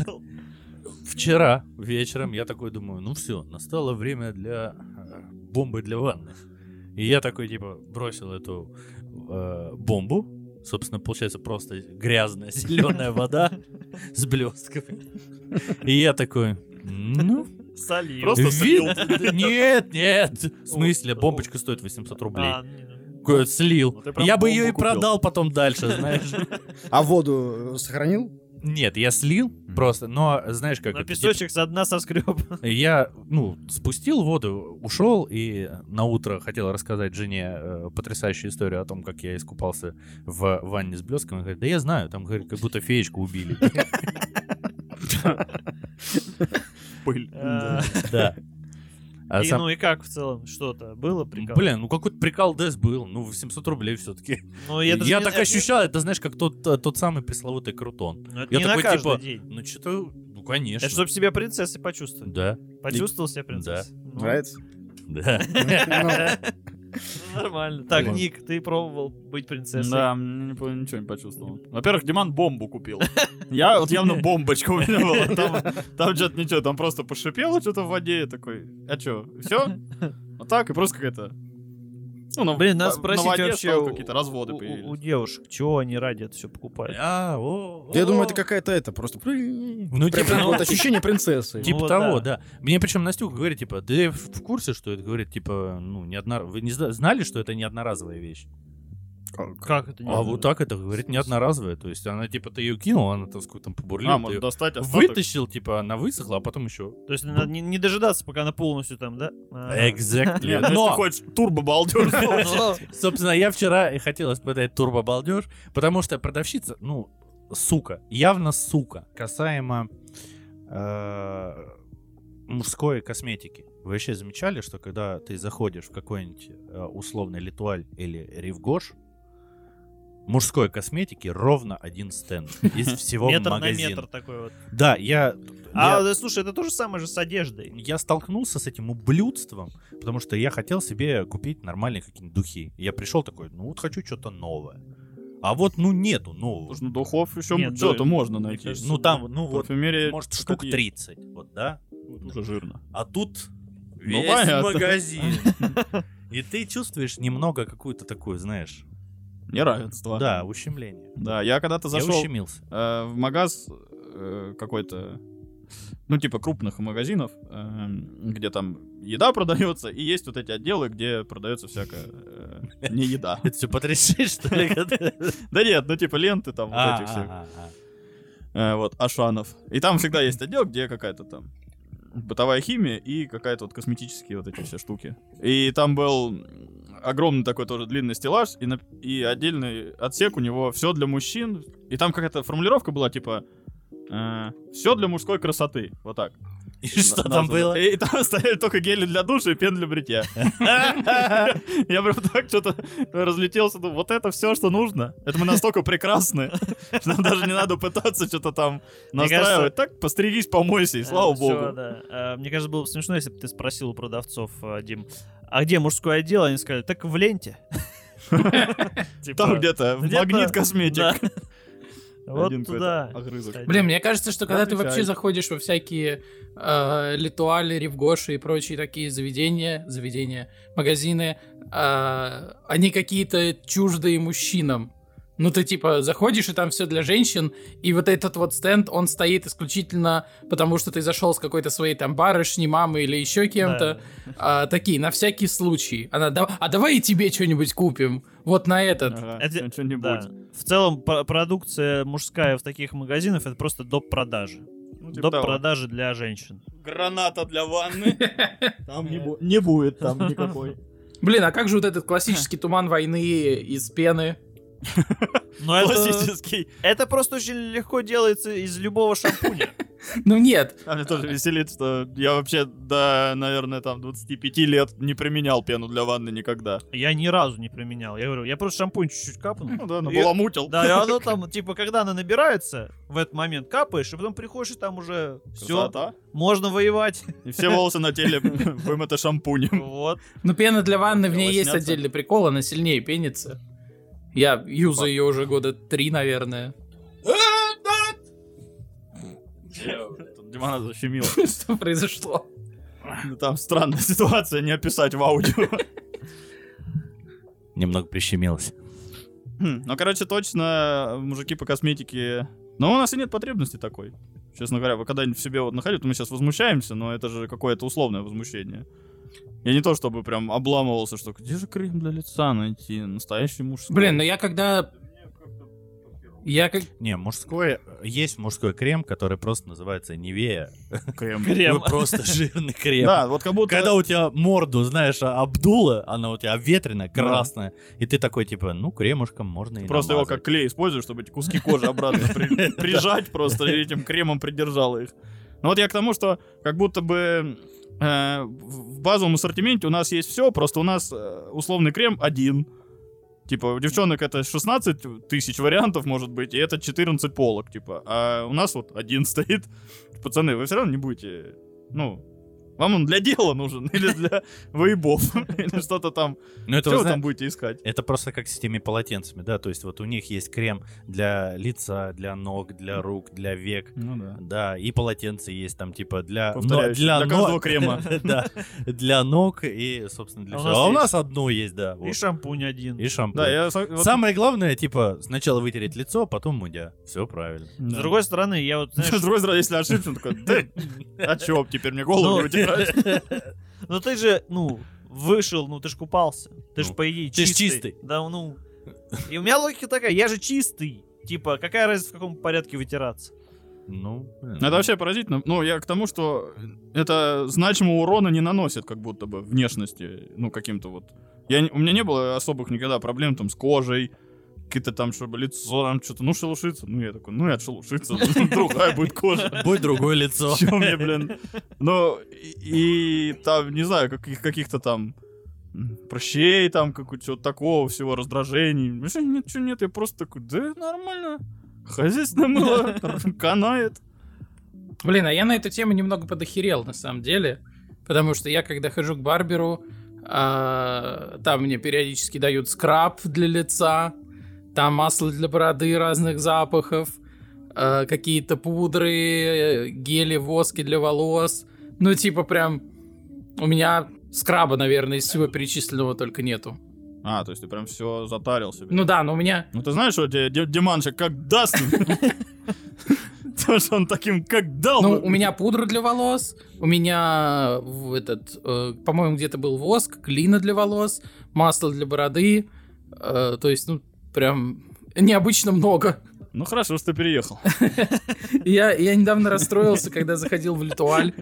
Вчера вечером я такой думаю, ну все, настало время для э, бомбы для ванны. И я такой, типа, бросил эту э, бомбу. Собственно, получается просто грязная зеленая вода с блестками. И я такой, ну... Солил. Просто ви- слил. Нет, нет. В смысле, бомбочка стоит восемьсот рублей. А, не, ну, Какой слил. Ну, ты прям Я бы ее и бомбу купил. продал потом дальше, знаешь. А воду э, сохранил? Нет, я слил просто, но знаешь как на это, песочек со дна соскреб. типа, я, ну, спустил воду, ушел и на утро хотел рассказать жене э, потрясающую историю о том, как я искупался в ванне с блесками. Она говорит, да я знаю, там, говорит, как будто феечку убили. Пыль. А, Да. А И, сам- ну и как в целом? Что-то было прикол? Блин, ну какой-то прикол Дэс был. Ну, восемьсот рублей все-таки. Ну, Я, это же не- так это- ощущал, это знаешь, как тот, э, тот самый пресловутый крутон. Ну, это Я не такой, на каждый типа, день. ну что-то, ну конечно. Это чтобы себя принцессой почувствовать. Да, Почувствовал себя принцессой? Ну, Нравится? да. ну, Нормально. Так, Вот. Ник, ты пробовал быть принцессой? Да, не по- ничего не почувствовал. Во-первых, Диман бомбу купил. Я вот явно бомбочка у меня была. Там, там что-то ничего, там просто пошипело что-то в воде. Я такой, а что, все? Вот так, и просто какая-то... Ну, на- Блин, надо на спросить воде вообще стало у, какие-то разводы у- у- появились. у девушек, чего они ради это все покупают? А, о, Я о. думаю, это какая-то это просто... Ну, Прям типа, вот ощущение принцессы. Типа вот того, да. да. Мне причем Настюха говорит, типа, ты в в курсе, что это, говорит, типа, ну, не одна... Вы не зна- знали, что это не одноразовая вещь? Как это не А знаю? вот так это, говорит, не одноразовая. То есть она, типа, ты ее кинул, она там сколько там побурлила, А, ты может её достать остаток. вытащил, типа, она высохла, а потом еще. То есть надо не, не дожидаться, пока она полностью там, да? А. Exactly. Нет, ну, если Но, хочешь турбо-балдеж получить. собственно, я вчера и хотел испытать турбо-балдеж, потому что продавщица, ну, сука, явно сука, касаемо э, мужской косметики. Вы вообще замечали, что когда ты заходишь в какой-нибудь э, условный Литуаль или Ривгош, мужской косметики ровно один стенд из всего Метр на магазина. метр такой вот. Да, я, А, я, да, слушай, это то же самое же с одеждой. я столкнулся с этим ублюдством, потому что я хотел себе купить нормальные какие-нибудь духи. Я пришел такой, ну вот хочу что-то новое. А вот, ну, нету нового. Слушай, ну духов еще Нет, что-то да, можно мне найти. кажется, Ну там, ну В вот, парфюмерии может, что-то штук есть. тридцать, вот, да? Уже жирно. А тут Ну, весь понятно. магазин. И ты чувствуешь немного какую-то такую, знаешь, Неравенство. да, ущемление. Да, я когда-то Я зашел ущемился. э, в магаз э, какой-то, ну, типа крупных магазинов, э, где там еда продается, и есть вот эти отделы, где продается всякая э, не еда. Это все потрясешь, что ли? Да нет, ну, типа ленты там вот А, этих всех. а, а, Э, вот, Ашанов. И там всегда есть отдел, где какая-то там бытовая химия и какая-то вот косметические вот эти все штуки. И там был огромный такой тоже длинный стеллаж, и, на- и отдельный отсек у него все для мужчин. И там какая-то формулировка была типа все для мужской красоты. Вот так. И что На- там названо. было? И там стояли только гели для душа и пен для бритья. Я прям так что-то разлетелся, думаю, вот это все, что нужно. Это мы настолько прекрасны, что нам даже не надо пытаться что-то там Мне кажется- настраивать. Так, постригись, помойся, и слава Э, всё, богу. да. Э, Мне кажется, было бы смешно, если бы ты спросил у продавцов, э, Дим, а где мужское отдел? Они сказали, так в ленте. Типа, Там где-то, в где-то- магнит косметик. да. Вот Один туда. какой-то огрызок. кстати. Блин, мне кажется, что когда ты Отвечай. вообще заходишь во всякие э, Литуали, Ривгоши и прочие такие заведения, заведения, магазины, э, они какие-то чуждые мужчинам. Ну, ты типа заходишь, и там все для женщин, и вот этот вот стенд, он стоит исключительно потому, что ты зашел с какой-то своей там барышней, мамой или еще кем-то. А, такие, на всякий случай. Она, «Да- а давай и тебе что-нибудь купим. Вот на этот. Ага, Это- что-нибудь. Да. В целом, про- продукция мужская в таких магазинах это просто доп. Продажи. Ну, типа Доп. того. Продажи для женщин. Граната для ванны. Там не бу- не будет там никакой. Блин, а как же вот этот классический туман войны из пены? Но это, Классический. это просто очень легко делается из любого шампуня. Ну нет. А мне тоже веселит, что я вообще до, наверное, там двадцати пяти лет не применял пену для ванны никогда. Я ни разу не применял. Я говорю, я просто шампунь чуть-чуть капнул. Ну да, И- набаламутил. Да, и оно там, типа, когда оно набирается, в этот момент капаешь, и потом приходишь, и там уже все, Красота. можно воевать. И все волосы на теле вымыты шампунем. Вот. Ну пена для ванны, в ней Хотелось есть сняться. отдельный прикол, она сильнее пенится. Я юзаю ее уже года три, наверное. Тут Димана защемило. Что произошло? Ну, Там странная ситуация, не описать в аудио. Немного прищемилось. Хм, Ну, короче, точно, мужики по косметике... Но у нас и нет потребности такой. Честно говоря, вы когда-нибудь в себе вот находили, то мы сейчас возмущаемся, но это же какое-то условное возмущение. Я не то, чтобы прям обламывался, что где же крем для лица найти, настоящий мужской. Блин, ну я когда... Я как... Не, мужской, есть мужской крем, который просто называется Нивея. крем. Крем. Ну, просто жирный крем. Да, вот как будто... Когда у тебя морду, знаешь, обдуло, она у тебя ветреная, красная, и ты такой, типа, ну, кремушком можно и Просто его намазать. как клей используешь, чтобы эти куски кожи обратно при- прижать просто, и этим кремом придержало их. Ну вот я к тому, что как будто бы э, в базовом ассортименте у нас есть все, просто у нас э, условный крем один. Типа, у девчонок это шестнадцать тысяч вариантов, может быть, и это четырнадцать полок, типа. А у нас вот один стоит. Пацаны, вы все равно не будете, ну... Вам он для дела нужен, или для воебов, или что-то там. Ну, это Что вы вы зна- там будете искать? Это просто как с теми полотенцами, да, то есть вот у них есть крем для лица, для ног, для рук, для век, Ну да. да, и полотенце есть там типа для... но- Повторяюсь, для ног- каждого крема. Да, для ног и, собственно, для А у всего. нас А у есть- нас одно есть, да. И вот. шампунь один. И шампунь. Да, я... со- вот- Самое главное, типа, сначала вытереть лицо, потом мудя. Все правильно. С Да. другой стороны, я вот, знаешь, С другой стороны, если ошибся, он такой, да, а чё, теперь мне голову не вытирать? ну ты же, ну, вышел, ну ты ж купался. Ты ж, Ну, по идее, ты ж чистый. чистый. Да, ну. И у меня логика такая, я же чистый. Типа, какая разница, в каком порядке вытираться? Ну, блин. Это вообще поразительно. Ну, я к тому, что это значимого урона не наносит, как будто бы, внешности, ну, каким-то вот... Я, не- у меня не было особых никогда проблем там с кожей, какие-то там, чтобы лицо там что-то, ну, шелушиться. Ну, я такой, ну, и отшелушиться, другая будет кожа. Будь другое лицо. Чё мне, блин? Ну, и, и там, не знаю, каких- каких-то там м, прыщей, там, какого-то такого всего, раздражений. Вообще ничего нет, я просто такой, да нормально. Хозяйственное мыло канает. Блин, а я на эту тему немного подохерел, на самом деле. Потому что я, когда хожу к барберу, а, там мне периодически дают скраб для лица, там масло для бороды разных запахов, а, какие-то пудры, гели, воски для волос. Ну, типа прям... У меня скраба, наверное, из всего перечисленного только нету. А, то есть ты прям все затарил себе. Ну да, но у меня... Ну ты знаешь, что тебе Ди- Диманчик как даст? То, что он таким как дал. Ну, у меня пудра для волос, у меня в этот, э, по-моему, где-то был воск, глина для волос, масло для бороды. э, то есть, ну, прям необычно много. Ну хорошо, что ты переехал. Я, я недавно расстроился, когда заходил в Литуаль,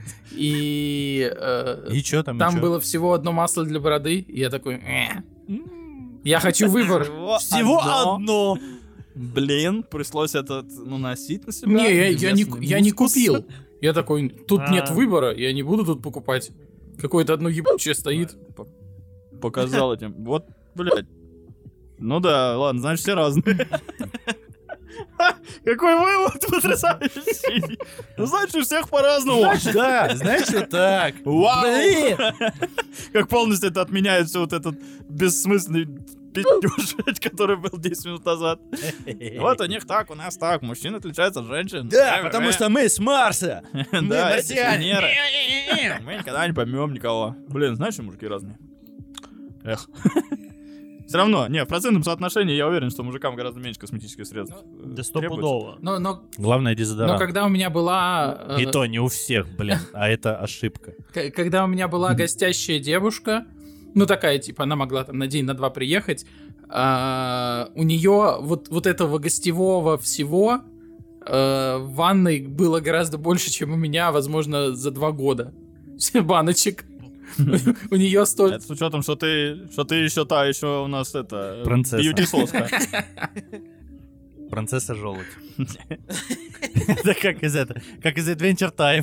и э, И чё там, и там чё? было всего одно масло для бороды, и я такой... «Э, я хочу выбор. Всего одно. Блин, пришлось этот, ну, носить на себя. Не, я, я не, Местный я не мускус. купил. Я такой, тут А. нет выбора, я не буду тут покупать. Какое-то одно ебучее стоит. Показал этим. Вот, блядь. Ну да, ладно, значит, все разные. Какой вывод потрясающий. Ну, значит, у всех по-разному. Значит, да, знаешь, вот так. Вау! Блин! Как полностью это отменяет все вот этот бессмысленный пиздюш, который был десять минут назад. Вот у них так, у нас так. Мужчины отличаются от женщин. Да, потому что мы с Марса. Мы Да, эти марсиане. пионеры. Мы никогда не поймем никого. Блин, знаешь, что мужики разные? Эх. Все равно, не, в процентном соотношении я уверен, что мужикам гораздо меньше косметических средств. э, Да требуется. стопудово. Но, но, Главное но дезодорант. когда у меня была... э, И то не у всех, блин, а это ошибка. К- когда у меня была гостящая девушка, ну такая, типа, она могла там на день, на два приехать, а, у нее вот, вот этого гостевого всего э, в ванной было гораздо больше, чем у меня, возможно, за два года. Баночек. У нее столько... Это с учетом, что ты, что ты еще та, еще у нас это... Принцесса. Бьюти-соска. Принцесса желудь. Это как из этого, как из Adventure Time.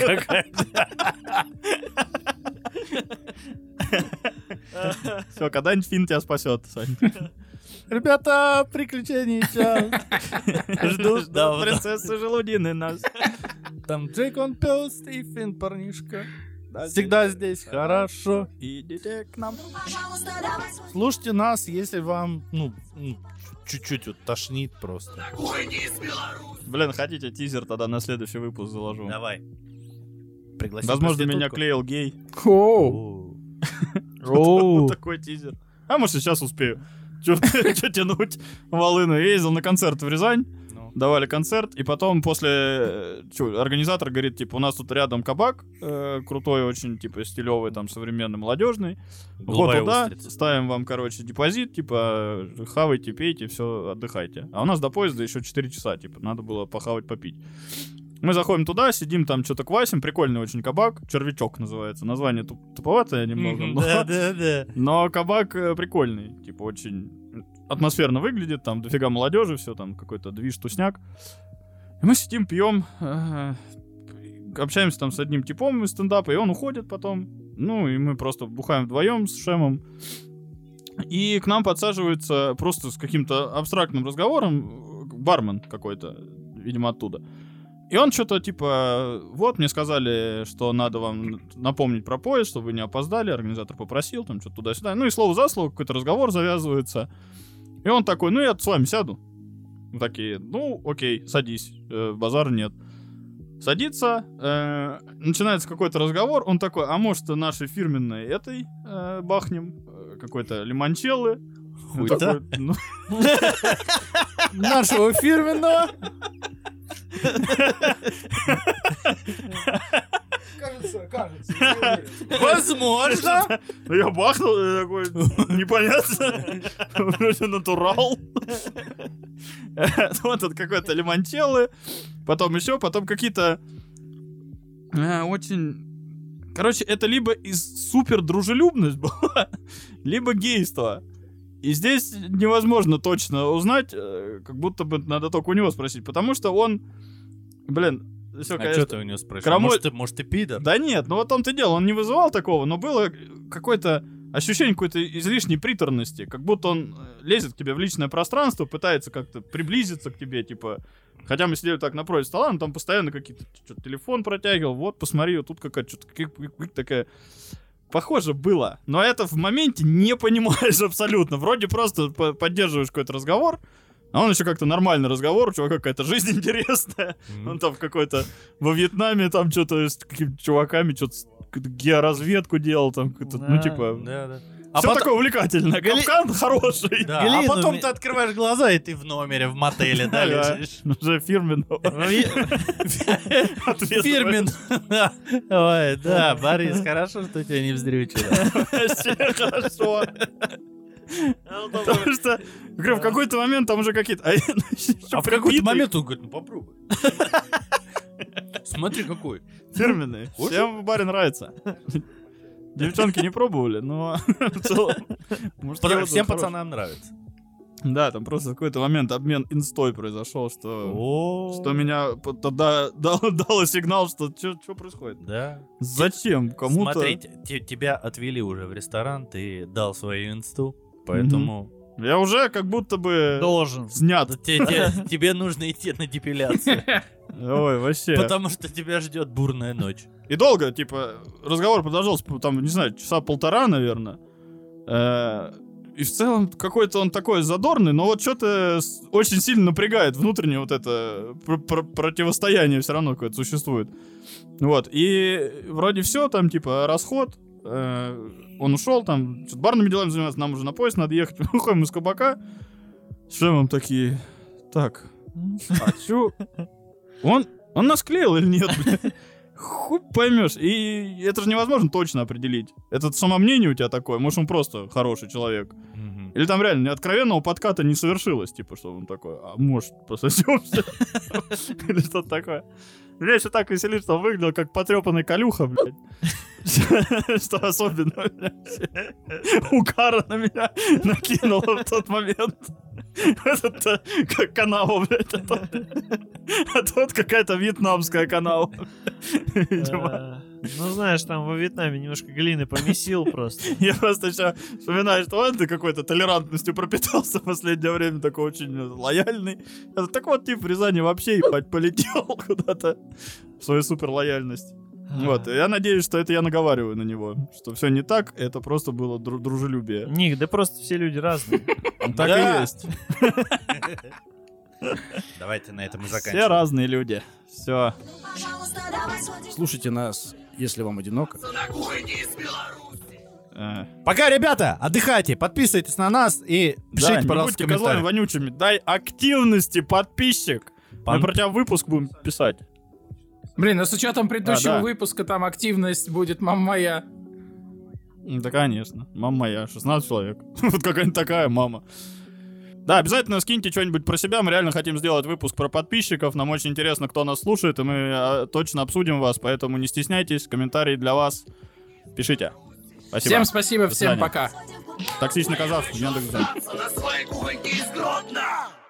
Все, когда-нибудь Финн тебя спасет, Сань. Ребята, приключения сейчас. Ждут давно. Принцессы желудины нас. Там Джейк он пес и Финн парнишка. Всегда здесь хорошо. Идите к нам. Слушайте нас, если вам, ну, ну, чуть-чуть вот тошнит просто. Блин, хотите тизер тогда на следующий выпуск заложу. Давай. Пригласи Возможно, меня проститутку. клеил гей. Оу. О. Вот такой тизер. А может, сейчас успею. Чё тянуть волыну. Я ездил на концерт в Рязань. Ну. Давали концерт, и потом после... э, чё, организатор говорит, типа, у нас тут рядом кабак э, крутой, очень, типа, стилевый, там, современный, молодежный. Вот Голубая туда устрица. ставим вам, короче, депозит, типа, хавайте, пейте, все, отдыхайте. А у нас до поезда еще четыре часа, типа, надо было похавать, попить. Мы заходим туда, сидим там, что-то квасим, прикольный очень кабак, червячок называется. Название туп- туповатое немного, но, Да, да, да. но кабак э, прикольный, типа, очень атмосферно выглядит, там дофига молодежи, все там какой-то движ, тусняк. И мы сидим, пьем, э, общаемся там с одним типом из стендапа, и он уходит потом. Ну, и мы просто бухаем вдвоем с Шемом. И к нам подсаживается просто с каким-то абстрактным разговором бармен какой-то, видимо, оттуда. И он что-то типа, вот, мне сказали, что надо вам напомнить про поезд, чтобы вы не опоздали. Организатор попросил, там что-то туда-сюда. Ну и слово за слово какой-то разговор завязывается. И он такой, ну я с вами сяду. Мы такие, ну окей, садись, э, базара нет. Садится, э, начинается какой-то разговор. Он такой, а может нашей фирменной этой э, бахнем? Э, какой-то лимончеллы. Хуй-то. Такой, ну, Нашего фирменного. Кажется, кажется. Возможно. я бахнул, и такой, непонятно. Вроде натурал. Вот тут какой-то лимончеллы. Потом еще, потом какие-то э, очень... Короче, это либо из супер дружелюбность была, либо гейство. И здесь невозможно точно узнать, э, как будто бы надо только у него спросить, потому что он, блин, все, А конечно... что ты у него спрашиваешь? Крамоль- Может, ты, может, ты пидор? Да нет, ну вот в том-то и дело, он не вызывал такого, но было какое-то ощущение какой-то излишней приторности, как будто он лезет к тебе в личное пространство, пытается как-то приблизиться к тебе, типа... Хотя мы сидели так напротив стола, он там постоянно какие-то что-то телефон протягивал, вот, посмотри, вот тут какая-то что-то какая-то такая... Похоже было, но это в моменте не понимаешь абсолютно. Вроде просто по- поддерживаешь какой-то разговор, а он еще как-то нормальный разговор, у чувака какая-то жизнь интересная. Мгм. Он там в какой-то... Во Вьетнаме там что-то с какими-то чуваками, что-то георазведку делал, там, какой-то, ну, Да. типа... Да, да. А потом- такое увлекательное. Гали- Капкан хороший. Да, Глину а потом ми- ты открываешь глаза, и ты в номере, в мотеле, да, Ага. лежишь. Уже фирменного. Фирмен. Ой, да, Борис, хорошо, что тебя не вздрючило. Вообще хорошо. Потому что, говорю, в какой-то момент там уже какие-то... А А в какой-то момент он говорит, ну попробуй. Смотри, какой. Фирменные. Всем в баре нравится. Девчонки не пробовали, но в целом... может, Потому я что всем хороший. пацанам нравится. Да, там просто в какой-то момент обмен инстой произошел, что... О, Что меня по- тогда дало, дало сигнал, что что происходит. Да. Зачем кому-то... Смотри, те- тебя отвели уже в ресторан, ты дал свою инсту, поэтому Я уже как будто бы Должен. снят. те- те- тебе нужно идти на депиляцию, Ой, вообще. потому что тебя ждет бурная ночь. И долго, типа, разговор продолжался, там, не знаю, часа полтора, наверное. И в целом какой-то он такой задорный, но вот что-то очень сильно напрягает внутреннее вот это пр- пр- противостояние все равно какое-то существует. Вот, и вроде все, там, типа, расход. Э, Он ушел, там, что-то барными делами занимается, нам уже на поезд надо ехать. Выходим из кабака. С Шемом такие, так, а чё? Он, он нас клеил или нет, блядь? Хуй поймешь. И это же невозможно точно определить. Это самомнение у тебя такое. Может, он просто хороший человек. Или там реально откровенного подката не совершилось. Типа, что он такой, а может, пососемся? Или что-то такое. Меня еще так веселит, что он выглядел как потрепанный колюха, блядь. Что особенно, блядь, угара на меня накинуло в тот момент. Это как канава, блядь. А тут какая-то вьетнамская канава. Видимо. Э, Ну, знаешь, там во Вьетнаме немножко глины помесил просто. Я просто еще вспоминаю, что он ты какой-то толерантностью пропитался в последнее время, такой очень лояльный. Это так вот тип в Рязани вообще, ебать, полетел куда-то в свою супер лояльность. Вот, и я надеюсь, что это я наговариваю на него, что все не так, это просто было дру- дружелюбие. Ник, да просто все люди разные. Так Да. и есть. Давайте на этом и Все заканчиваем. разные люди. Все. Слушайте нас, если вам одиноко. На кухне из Беларуси. Э, Пока, ребята, отдыхайте, подписывайтесь на нас и пишите, да, не пожалуйста, в будьте козлами комментариях. вонючими. Дай активности, подписчик. Пан- Мы про тебя выпуск будем писать. Блин, ну с учетом предыдущего А, да. выпуска там активность будет мама моя. Да, конечно. Мама моя, шестнадцать человек. Вот какая-нибудь такая мама. Да, обязательно скиньте что-нибудь про себя. Мы реально хотим сделать выпуск про подписчиков. Нам очень интересно, кто нас слушает, и мы а, точно обсудим вас. Поэтому не стесняйтесь. Комментарии для вас. Пишите. Спасибо. Всем спасибо, До всем свидания. пока. Токсичный казах. Яндекс.Дзен. На своей кухоньке из Гродно.